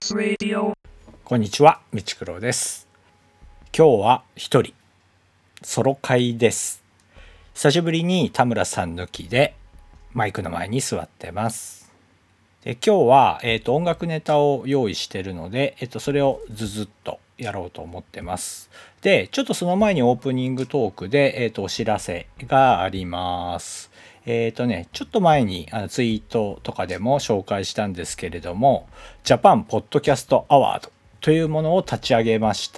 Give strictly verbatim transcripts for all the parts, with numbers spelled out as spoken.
Radio。 こんにちは、みちくろです。今日は一人ソロ会です。久しぶりに田村さん抜きでマイクの前に座ってます。で今日は、えーと、音楽ネタを用意してるので、えーと、それをずずっとやろうと思ってます。で、ちょっとその前にオープニングトークで、えーと、お知らせがあります。えーとね、ちょっと前にあのツイートとかでも紹介したんですけれども、ジャパンポッドキャストアワードというものを立ち上げました。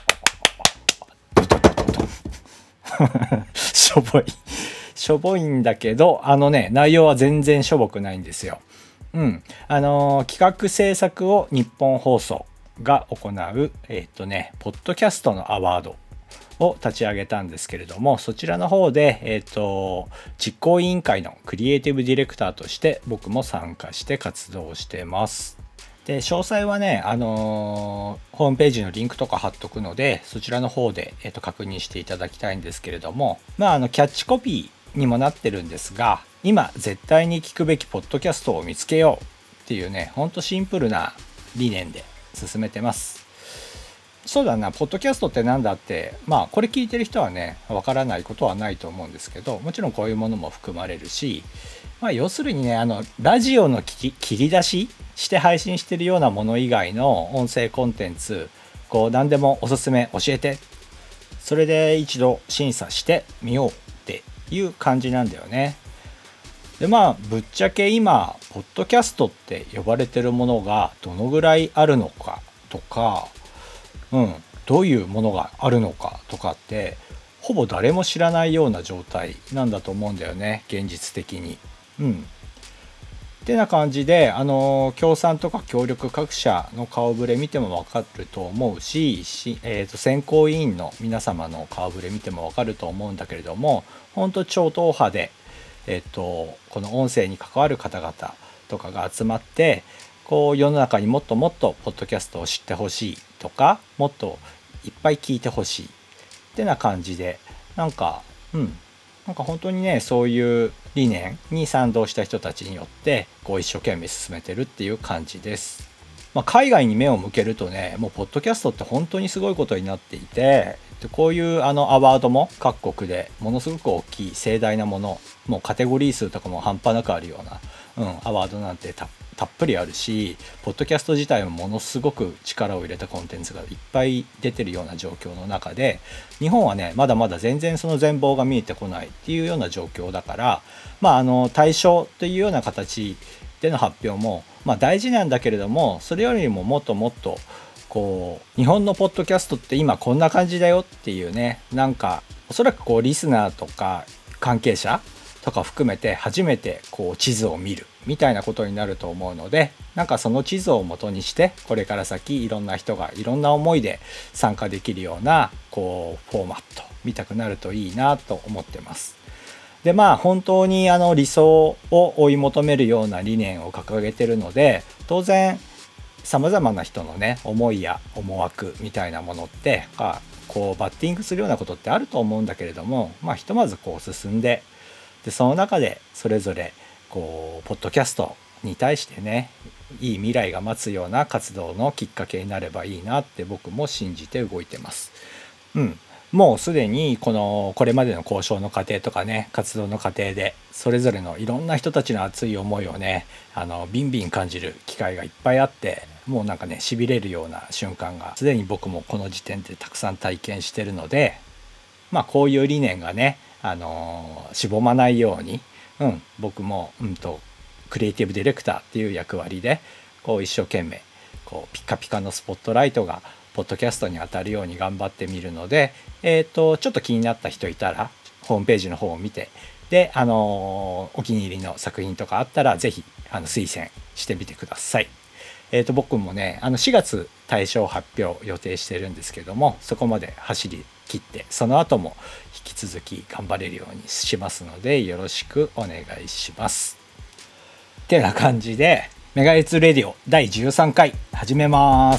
しょぼい。しょぼいんだけど、あのね、内容は全然しょぼくないんですよ。うん。あのー、企画制作を日本放送が行う、えっとね、ポッドキャストのアワードを立ち上げたんですけれども、そちらの方で、えっと、実行委員会のクリエイティブディレクターとして僕も参加して活動してます。で、詳細はね、あのー、ホームページのリンクとか貼っとくので、そちらの方で、えっと、確認していただきたいんですけれども、まあ、あの、キャッチコピーにもなってるんですが、今絶対に聞くべきポッドキャストを見つけようっていうね、ほんとシンプルな理念で進めてます。そうだな、ポッドキャストってなんだって、まあこれ聞いてる人はね、わからないことはないと思うんですけど、もちろんこういうものも含まれるし、まあ要するにね、あのラジオの切り、切り出しして配信してるようなもの以外の音声コンテンツ、こう何でもおすすめ教えて、それで一度審査してみようっていう感じなんだよね。でまあぶっちゃけ今ポッドキャストって呼ばれてるものがどのぐらいあるのかとか、うん、どういうものがあるのかとかってほぼ誰も知らないような状態なんだと思うんだよね、現実的に。うん。ってな感じで、あの協賛とか協力各社の顔ぶれ見てもわかると思うし、しえー、と選考委員の皆様の顔ぶれ見てもわかると思うんだけれども、本当超党派で、えー、とこの音声に関わる方々とかが集まって、こう世の中にもっともっとポッドキャストを知ってほしいとか、もっといっぱい聞いてほしいってな感じで、なんかうんなんか本当にね、そういう理念に賛同した人たちによってこう一生懸命進めてるっていう感じです。まあ、海外に目を向けるとね、もうポッドキャストって本当にすごいことになっていて、でこういうあのアワードも各国でものすごく大きい盛大なもの、もうカテゴリー数とかも半端なくあるような、うん、アワードなんてたたっぷりあるし、ポッドキャスト自体もものすごく力を入れたコンテンツがいっぱい出てるような状況の中で、日本はねまだまだ全然その全貌が見えてこないっていうような状況だから、まああの対象というような形での発表もまあ大事なんだけれども、それよりももっともっとこう日本のポッドキャストって今こんな感じだよっていうね、なんかおそらくこうリスナーとか関係者とか含めて初めてこう地図を見るみたいなことになると思うので、なんかその地図を元にしてこれから先いろんな人がいろんな思いで参加できるようなこうフォーマット見たくなるといいなと思ってます。でまあ本当にあの理想を追い求めるような理念を掲げてるので、当然さまざまな人のね思いや思惑みたいなものってこうバッティングするようなことってあると思うんだけれども、まあひとまずこう進んで、でその中でそれぞれこうポッドキャストに対してねいい未来が待つような活動のきっかけになればいいなって僕も信じて動いてます。うん、もうすでにこのこれまでの交渉の過程とかね活動の過程でそれぞれのいろんな人たちの熱い思いをねあのビンビン感じる機会がいっぱいあって、もうなんかねしびれるような瞬間がすでに僕もこの時点でたくさん体験してるので、まあこういう理念がねあのー、しぼまないように、うん、僕も、うんと、クリエイティブディレクターっていう役割でこう一生懸命こうピカピカのスポットライトがポッドキャストに当たるように頑張ってみるので、えーと、ちょっと気になった人いたらホームページの方を見て、で、あのー、お気に入りの作品とかあったらぜひあの推薦してみてください。えーと、僕もねあのしがつ大賞発表予定してるんですけども、そこまで走り切ってその後も引き続き頑張れるようにしますのでよろしくお願いします。ってな感じでメガヘッズレディオだいじゅうさんかい始めます。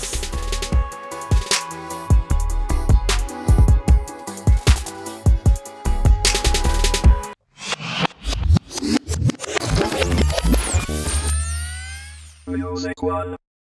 Music One。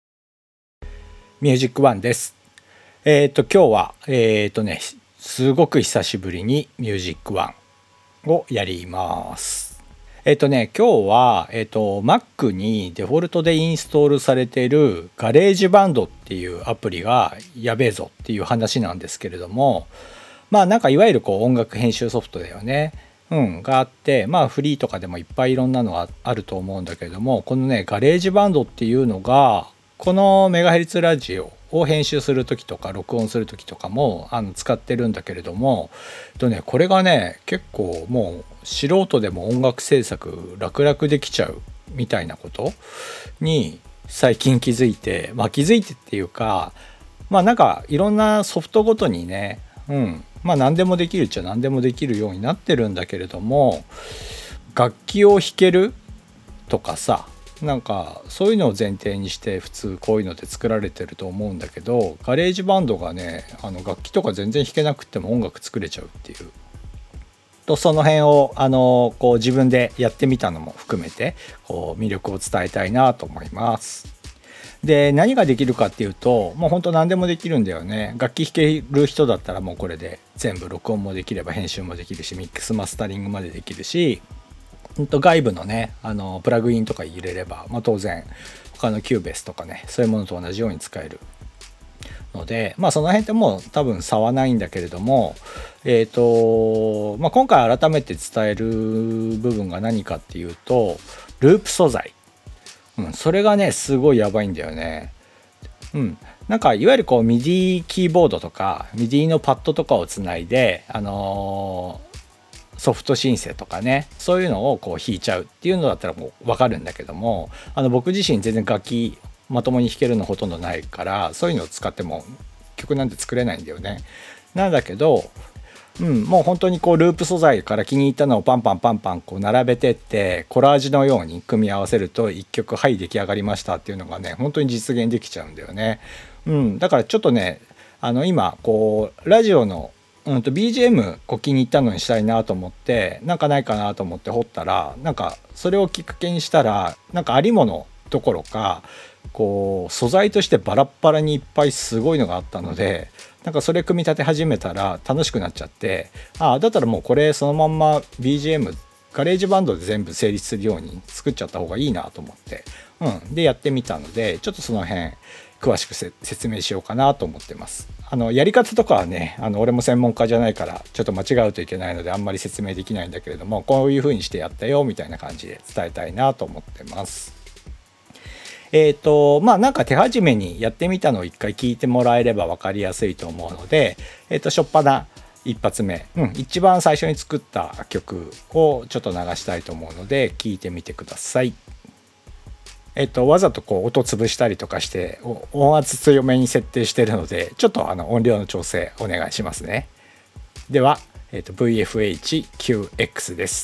ミュージックワンです。えっ、と今日はえっ、とねすごく久しぶりにミュージックワンをやります。えっ、とね今日はえっ、と Mac にデフォルトでインストールされているガレージバンドっていうアプリがやべえぞっていう話なんですけれども、まあなんかいわゆるこう音楽編集ソフトだよね。うん、があって、まあフリーとかでもいっぱいいろんなのがあると思うんだけれども、このねガレージバンドっていうのがこのメガヘルツラジオを編集する時とか録音する時とかもあの使ってるんだけれども、とねこれがね結構もう素人でも音楽制作楽々できちゃうみたいなことに最近気づいて、まあ気づいてっていうか、まあなんかいろんなソフトごとにね、うんまあ何でもできるっちゃ何でもできるようになってるんだけれども、楽器を弾けるとかさ、なんかそういうのを前提にして普通こういうので作られてると思うんだけど、ガレージバンドがねあの楽器とか全然弾けなくても音楽作れちゃうっていうと、その辺をあのこう自分でやってみたのも含めてこう魅力を伝えたいなと思います。で何ができるかっていうと、もうほんと何でもできるんだよね。楽器弾ける人だったらもうこれで全部録音もできれば編集もできるし、ミックスマスタリングまでできるし、外部のねあのプラグインとか入れれば、まあ、当然他のキューベースとかねそういうものと同じように使えるので、まあその辺ってもう多分差はないんだけれども、えっと、まあ、今回改めて伝える部分が何かっていうと、ループ素材、うん、それがねすごいやばいんだよね。うん、なんかいわゆるこう ミディ キーボードとか ミディ のパッドとかをつないで、あのーソフトシンセとかねそういうのをこう弾いちゃうっていうのだったらもう分かるんだけども、あの僕自身全然楽器まともに弾けるのほとんどないから、そういうのを使っても曲なんて作れないんだよね。なんだけど、うん、もう本当にこうループ素材から気に入ったのをパンパンパンパンこう並べてってコラージュのように組み合わせるといっきょくはい出来上がりましたっていうのがね本当に実現できちゃうんだよね。うん、だからちょっとねあの今こうラジオのうんと ビージーエム こう気に入ったのにしたいなと思ってなんかないかなと思って掘ったら、なんかそれをきっかけにしたらなんかありものどころかこう素材としてバラッバラにいっぱいすごいのがあったので、なんかそれ組み立て始めたら楽しくなっちゃって、ああだったらもうこれそのまんま ビージーエム ガレージバンドで全部成立するように作っちゃった方がいいなと思って、うん、でやってみたのでちょっとその辺詳しく説明しようかなと思ってます。あのやり方とかはねあの俺も専門家じゃないからちょっと間違うといけないのであんまり説明できないんだけれども、こういう風にしてやったよみたいな感じで伝えたいなと思ってます。えっとまあなんか手始めにやってみたのを一回聞いてもらえれば分かりやすいと思うので、えっと初っ端一発目、うん、一番最初に作った曲をちょっと流したいと思うので聞いてみてください。えっと、わざとこう音潰したりとかして音圧強めに設定してるのでちょっとあの音量の調整お願いしますね。では、えっと、ブイエフエイチキューエックス です。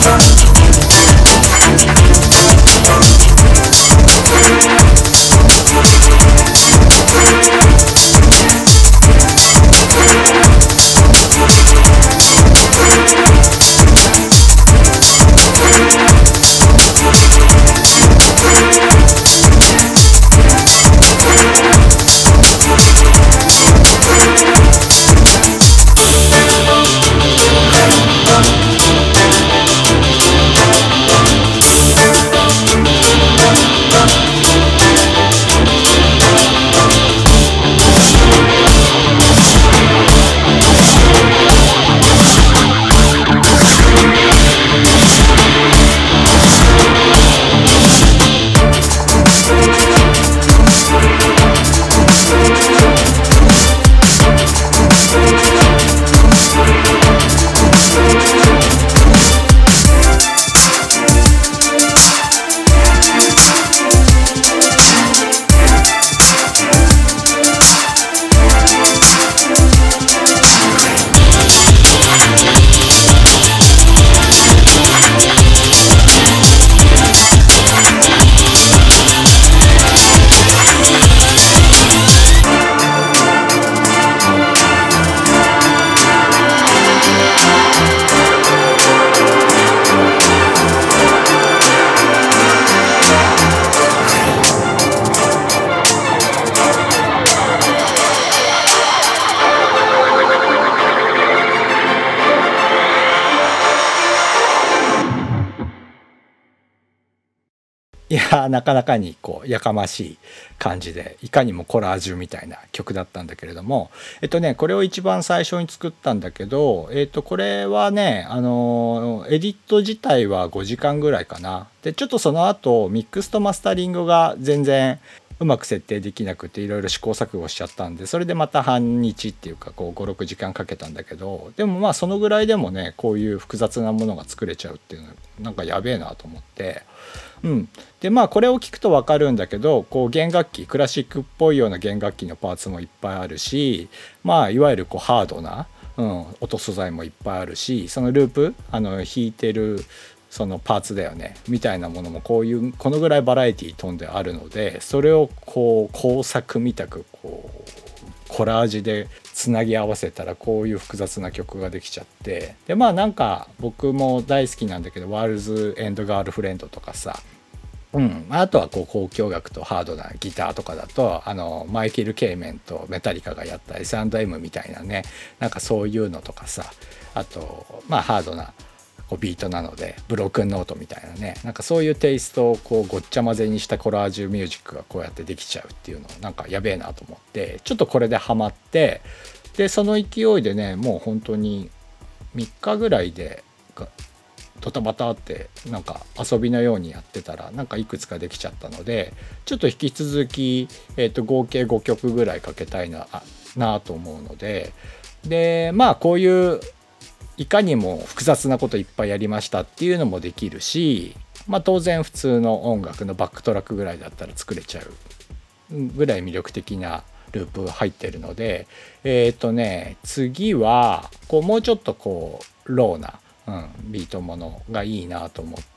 いやなかなかにこうやかましい感じで、いかにもコラージュみたいな曲だったんだけれども、えっとねこれを一番最初に作ったんだけど、えっとこれはねあのエディット自体はごじかんぐらいかな。でちょっとその後ミックスとマスタリングが全然うまく設定できなくていろいろ試行錯誤しちゃったんで、それでまた半日っていうかこうごろくじかんかけたんだけど、でもまあそのぐらいでもねこういう複雑なものが作れちゃうっていうのなんかやべえなと思って。うん、でまあこれを聞くと分かるんだけど、こう弦楽器クラシックっぽいような弦楽器のパーツもいっぱいあるし、まあいわゆるこうハードな、うん、音素材もいっぱいあるし、そのループあの弾いてるそのパーツだよねみたいなものもこういうこのぐらいバラエティ飛んであるので、それをこう工作みたくこうコラージュでつなぎ合わせたらこういう複雑な曲ができちゃって、でまあなんか僕も大好きなんだけどワールズ・エンド・ガールフレンドとかさ、うん、あとはこう交響楽とハードなギターとかだとあのマイケル・ケイメンとメタリカがやった エスアンドエム みたいなね、なんかそういうのとかさ、あとまあハードなこうビートなのでブロークンノートみたいなね、なんかそういうテイストをこうごっちゃ混ぜにしたコラージュミュージックがこうやってできちゃうっていうのなんかやべえなと思って、ちょっとこれでハマって、でその勢いでねもう本当にみっかぐらいでドタバタってなんか遊びのようにやってたらなんかいくつかできちゃったので、ちょっと引き続き、えー、と合計ごきょくぐらいかけたいななと思うので、でまあこういういかにも複雑なこといっぱいやりましたっていうのもできるし、まあ当然普通の音楽のバックトラックぐらいだったら作れちゃうぐらい魅力的なループが入ってるので、えっとね次はこうもうちょっとこうローな、うん、ビートものがいいなと思って、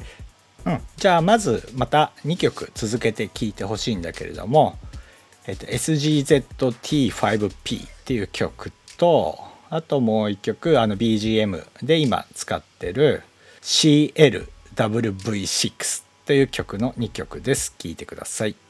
うん、じゃあまずまたにきょく続けて聴いてほしいんだけれども、えっと、エスジーゼットティーファイブピー っていう曲と、あともう一曲あの ビージーエム で今使ってる シーエルダブリューブイシックス という曲のにきょくです。聴いてください。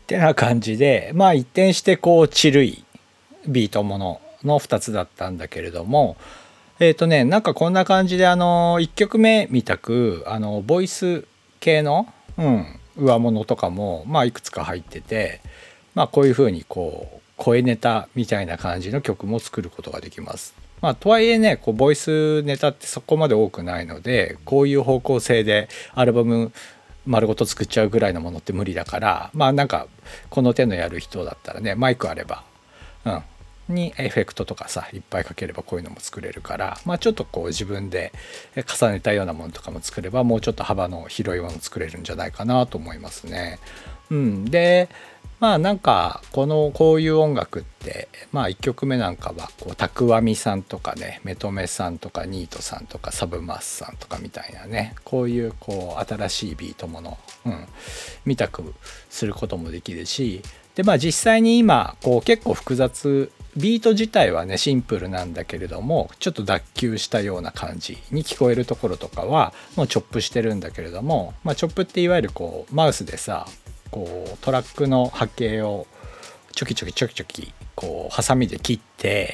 てな感じで、まあ一転してこうチルいビートもののふたつだったんだけれども、えっ、とねなんかこんな感じで、あのいっきょくめみたくあのボイス系の、うん、上物とかもまあいくつか入ってて、まあこういう風にこう声ネタみたいな感じの曲も作ることができます。まあとはいえね、こうボイスネタってそこまで多くないので、こういう方向性でアルバム丸ごと作っちゃうぐらいのものって無理だから、まあなんかこの手のやる人だったらね、マイクあれば、うんにエフェクトとかさいっぱいかければこういうのも作れるから、まあちょっとこう自分で重ねたようなものとかも作れば、もうちょっと幅の広いもの作れるんじゃないかなと思いますね。うん、でまあなんかこのこういう音楽って、まあいっきょくめなんかはこうたくわみさんとかね、メトメさんとかニートさんとかサブマスさんとかみたいなね、こういうこう新しいビートもの、うん、見たくすることもできるし、でまあ実際に今こう結構複雑、ビート自体はねシンプルなんだけれども、ちょっと脱臼したような感じに聞こえるところとかはもうチョップしてるんだけれども、まあチョップっていわゆるこうマウスでさ、こうトラックの波形をチョキチョキチョキチョキこうハサミで切って、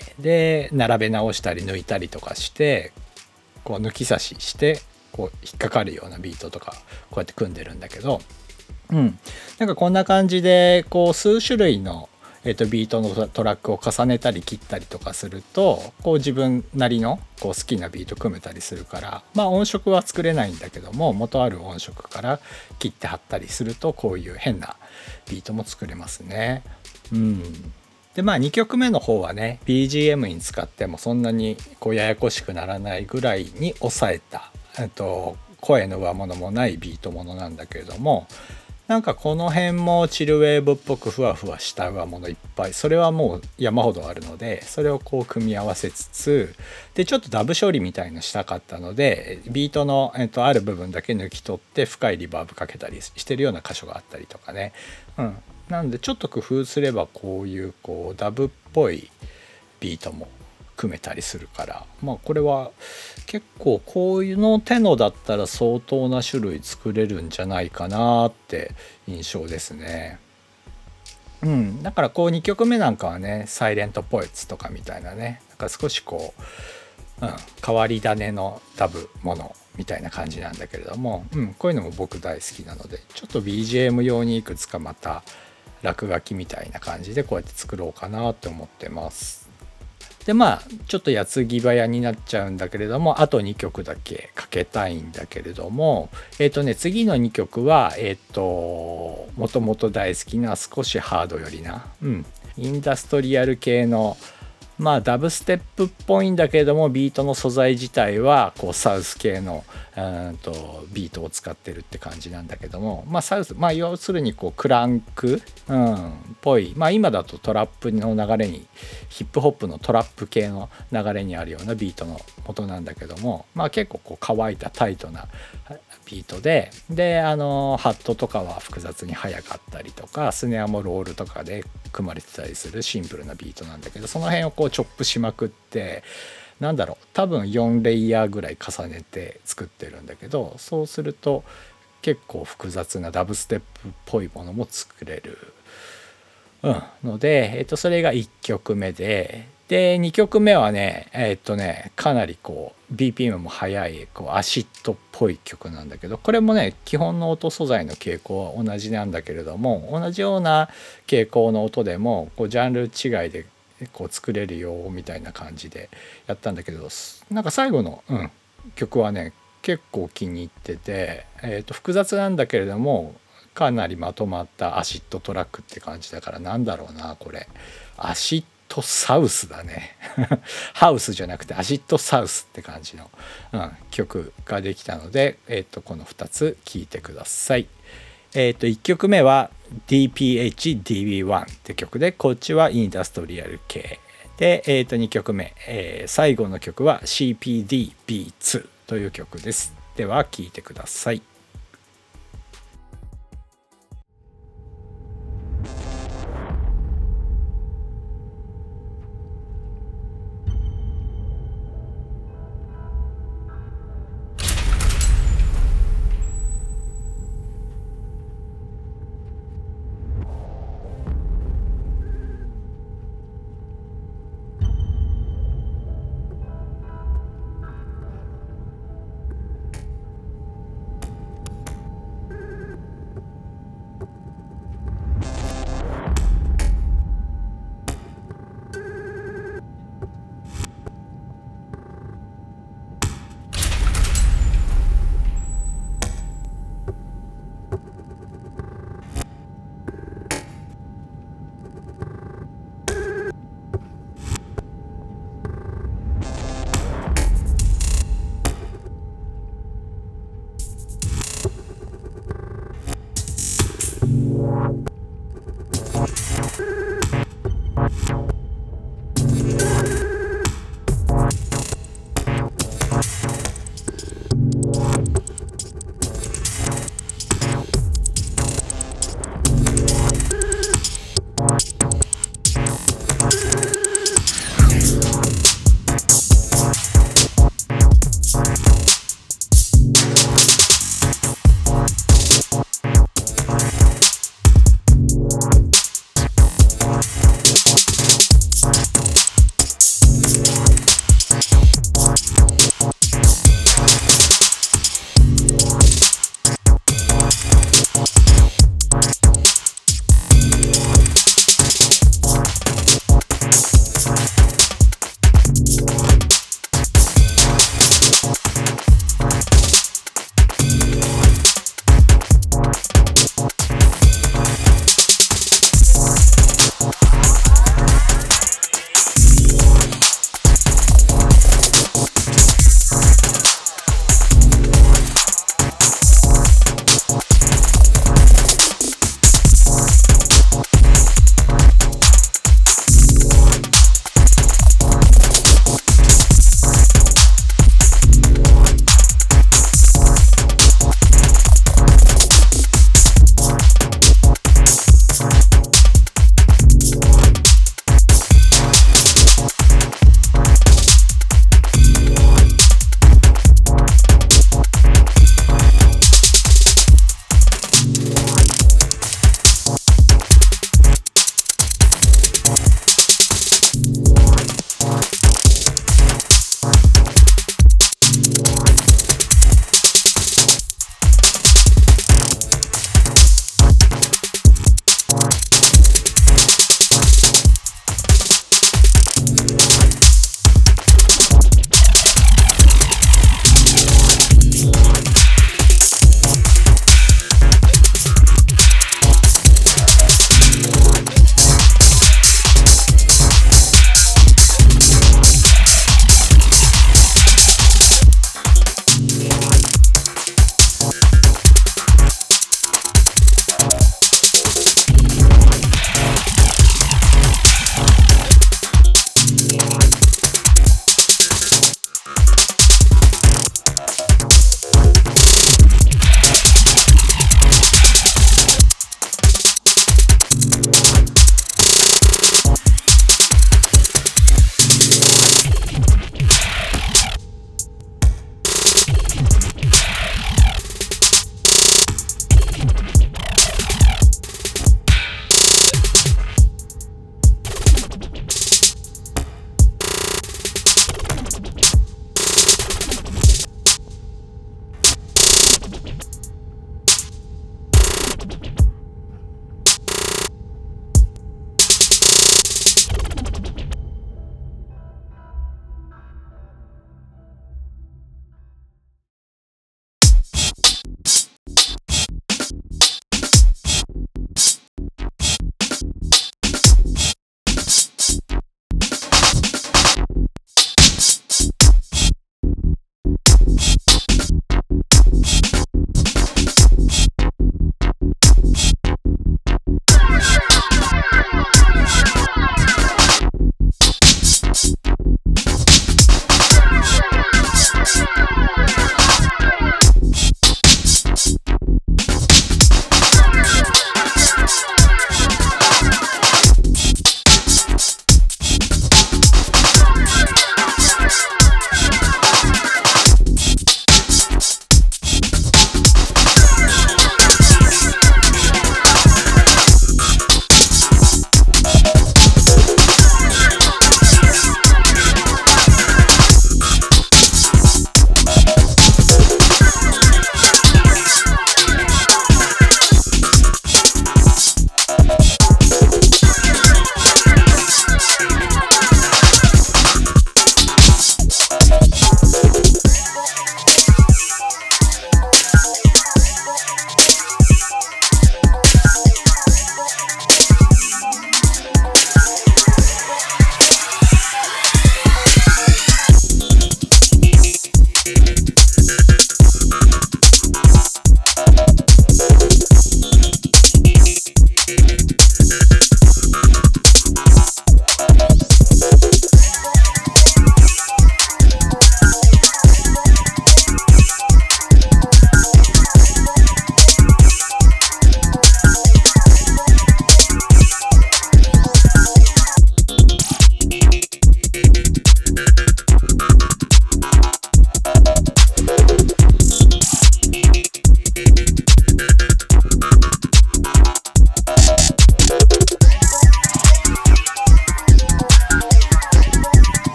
で並べ直したり抜いたりとかして、こう抜き差ししてこう引っかかるようなビートとかこうやって組んでるんだけど、うん、なんかこんな感じでこう数種類の、えー、とビートのトラックを重ねたり切ったりとかすると、こう自分なりのこう好きなビート組めたりするから、まあ音色は作れないんだけども、元ある音色から切って貼ったりするとこういう変なビートも作れますね。うん、でまあにきょくめの方はね ビージーエム に使ってもそんなにこうややこしくならないぐらいに抑えた、えっと、声の上物もないビートものなんだけれども、なんかこの辺もチルウェーブっぽくふわふわした上物いっぱい、それはもう山ほどあるので、それをこう組み合わせつつ、でちょっとダブ処理みたいのしたかったので、ビートの、えっと、ある部分だけ抜き取って深いリバーブかけたりしてるような箇所があったりとかね、うん、なのでちょっと工夫すればこういうこうダブっぽいビートも組めたりするから、まあこれは結構こういうの手のだったら相当な種類作れるんじゃないかなって印象ですね。うん、だからこうにきょくめなんかはねサイレントポエツとかみたいなね、なんか少しこう、うん、変わり種のダブものみたいな感じなんだけれども、うん、こういうのも僕大好きなので、ちょっと ビージーエム 用にいくつかまた落書きみたいな感じでこうやって作ろうかなと思ってます。でまあちょっと矢継ぎ早になっちゃうんだけれども、あとにきょくだけかけたいんだけれども、えっ、ー、とね次のにきょくはえっ、ー、ともともと大好きな少しハードよりな、うん、インダストリアル系の、まあダブステップっぽいんだけれども、ビートの素材自体はこうサウス系のうんとビートを使ってるって感じなんだけども、まあサウス、まあ要するにこうクランク、うん、っぽい、まあ今だとトラップの流れに、ヒップホップのトラップ系の流れにあるようなビートの元なんだけども、まあ結構こう乾いたタイトなビートで、であのハットとかは複雑に速かったりとか、スネアもロールとかで組まれてたりするシンプルなビートなんだけど、その辺をこうチョップしまくって、なんだろう、多分よんレイヤーぐらい重ねて作ってるんだけど、そうすると結構複雑なダブステップっぽいものも作れる、うん、ので、えっと、それがいっきょくめで、でにきょくめはねえっとねかなりこう ビーピーエム も速いこうアシッドっぽい曲なんだけど、これもね基本の音素材の傾向は同じなんだけれども、同じような傾向の音でもこうジャンル違いでこう作れるよみたいな感じでやったんだけど、なんか最後の、うん、曲はね結構気に入ってて、えーと複雑なんだけれどもかなりまとまったアシッドトラックって感じだから、なんだろうな、これアシッドサウスだねハウスじゃなくてアシッドサウスって感じの、うん、曲ができたので、えーとこのふたつ聴いてください。えー、といっきょくめは ディーピーエイチディービーワン って曲で、こっちはインダストリアル系で、えー、とにきょくめ、えー、最後の曲は シーピーディービーツー という曲です。では聴いてください。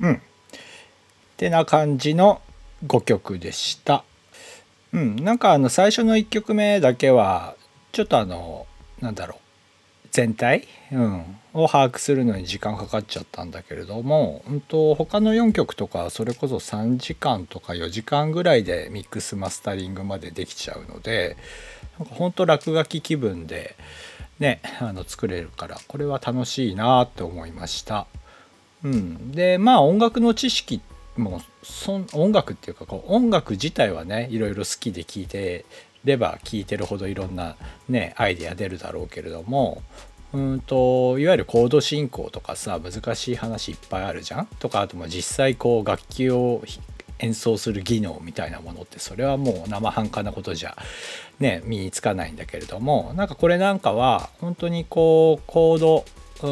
うん。ってな感じのごきょくでした。うん、なんかあの最初のいっきょくめだけはちょっとあのなんだろう全体、うん、を把握するのに時間かかっちゃったんだけれども、うんと他のよんきょくとかそれこそさんじかんとかよじかんぐらいでミックスマスタリングまでできちゃうので、なんかほんと落書き気分でねあの作れるからこれは楽しいなって思いました。うん、でまあ音楽の知識もそん音楽っていうかこう音楽自体はねいろいろ好きで聴いてれば聴いてるほどいろんなねアイデア出るだろうけれども、うんといわゆるコード進行とかさ難しい話いっぱいあるじゃんとか、あとも実際こう楽器を演奏する技能みたいなものってそれはもう生半可なことじゃね身につかないんだけれども、なんかこれなんかは本当にこうコード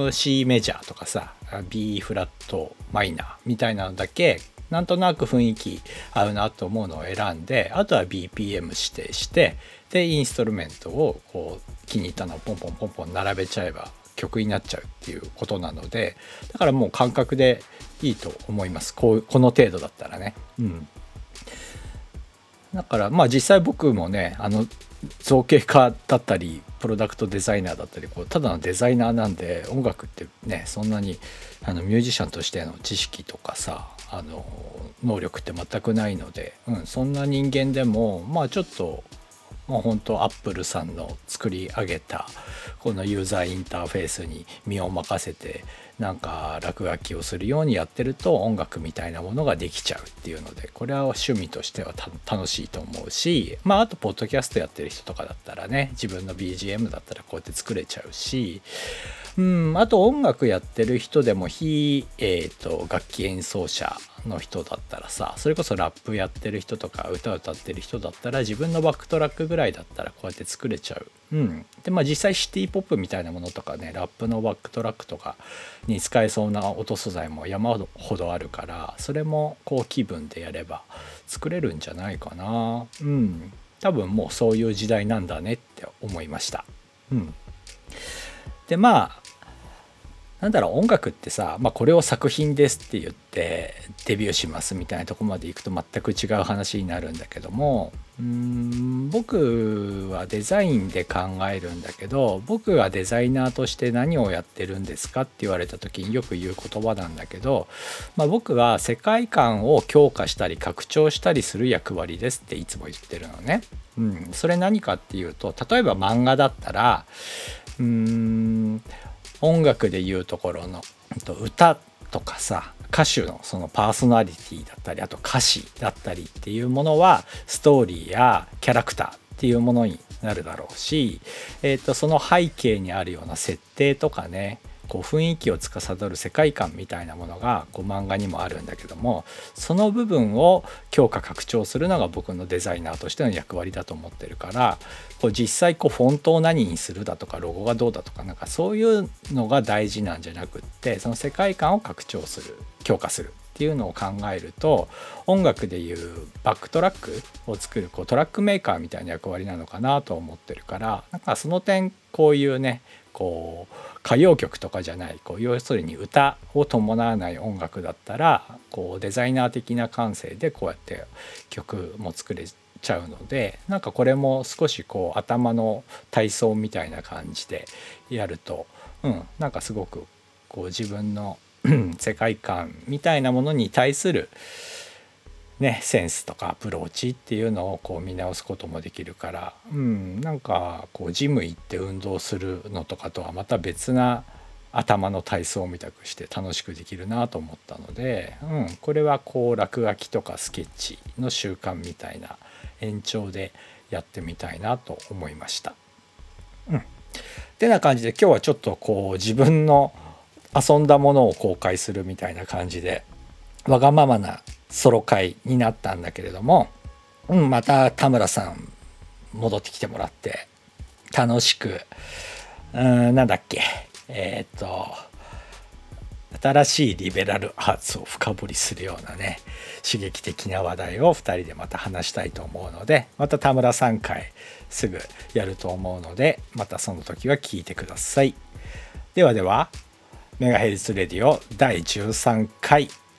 C メジャーとかさ B フラットマイナーみたいなのだけなんとなく雰囲気合うなと思うのを選んで、あとは ビーピーエム 指定して、でインストルメントをこう気に入ったのをポンポンポンポン並べちゃえば曲になっちゃうっていうことなので、だからもう感覚でいいと思います。こうこの程度だったらね。うん。だからまあ実際僕もねあの造形家だったりプロダクトデザイナーだったりこうただのデザイナーなんで、音楽ってねそんなにあのミュージシャンとしての知識とかさあの能力って全くないので、うん、そんな人間でもまあちょっともう本当アップルさんの作り上げたこのユーザーインターフェースに身を任せてなんか落書きをするようにやってると音楽みたいなものができちゃうっていうので、これは趣味としては楽しいと思うし、まああとポッドキャストやってる人とかだったらね自分の ビージーエム だったらこうやって作れちゃうし、うん、あと音楽やってる人でも非、えーと、楽器演奏者の人だったらさ、それこそラップやってる人とか歌歌ってる人だったら自分のバックトラックぐらいだったらこうやって作れちゃう。うん、でまあ実際シティポップみたいなものとかねラップのバックトラックとかに使えそうな音素材も山ほどあるから、それもこう気分でやれば作れるんじゃないかな。うん、多分もうそういう時代なんだねって思いました。うん、でまあなんだろう音楽ってさ、まあ、これを作品ですって言ってデビューしますみたいなとこまでいくと全く違う話になるんだけども、うーん僕はデザインで考えるんだけど、僕がデザイナーとして何をやってるんですかって言われた時によく言う言葉なんだけど、まあ、僕は世界観を強化したり拡張したりする役割ですっていつも言ってるのね。うん、それ何かっていうと、例えば漫画だったらうーん音楽でいうところの歌とかさ歌手のそのパーソナリティだったりあと歌詞だったりっていうものはストーリーやキャラクターっていうものになるだろうし、えーとその背景にあるような設定とかねこう雰囲気を司る世界観みたいなものがこう漫画にもあるんだけども、その部分を強化拡張するのが僕のデザイナーとしての役割だと思ってるから、こう実際こうフォントを何にするだとかロゴがどうだとかなんかそういうのが大事なんじゃなくって、その世界観を拡張する強化するっていうのを考えると、音楽でいうバックトラックを作るこうトラックメーカーみたいな役割なのかなと思ってるから、なんかその点こういうねこう歌謡曲とかじゃないこう要するに歌を伴わない音楽だったらこうデザイナー的な感性でこうやって曲も作れちゃうので、なんかこれも少しこう頭の体操みたいな感じでやると、うん、なんかすごくこう自分の世界観みたいなものに対するね、センスとかアプローチっていうのをこう見直すこともできるから、うん、なんかこうジム行って運動するのとかとはまた別な頭の体操みたくして楽しくできるなと思ったので、うん、これはこう落書きとかスケッチの習慣みたいな延長でやってみたいなと思いました。うん、てな感じで今日はちょっとこう自分の遊んだものを公開するみたいな感じでわがままなソロ会になったんだけれども、うん、また田村さん戻ってきてもらって楽しく、うん、なんだっけえっと新しいリベラルアーツを深掘りするようなね刺激的な話題をふたりでまた話したいと思うので、また田村さん会すぐやると思うので、またその時は聞いてください。ではではメガヘルツレディオだいじゅうさんかい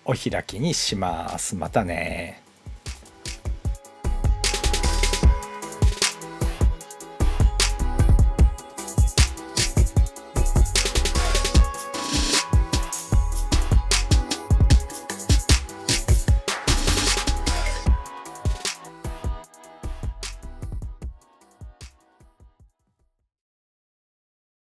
お開きにします。またね。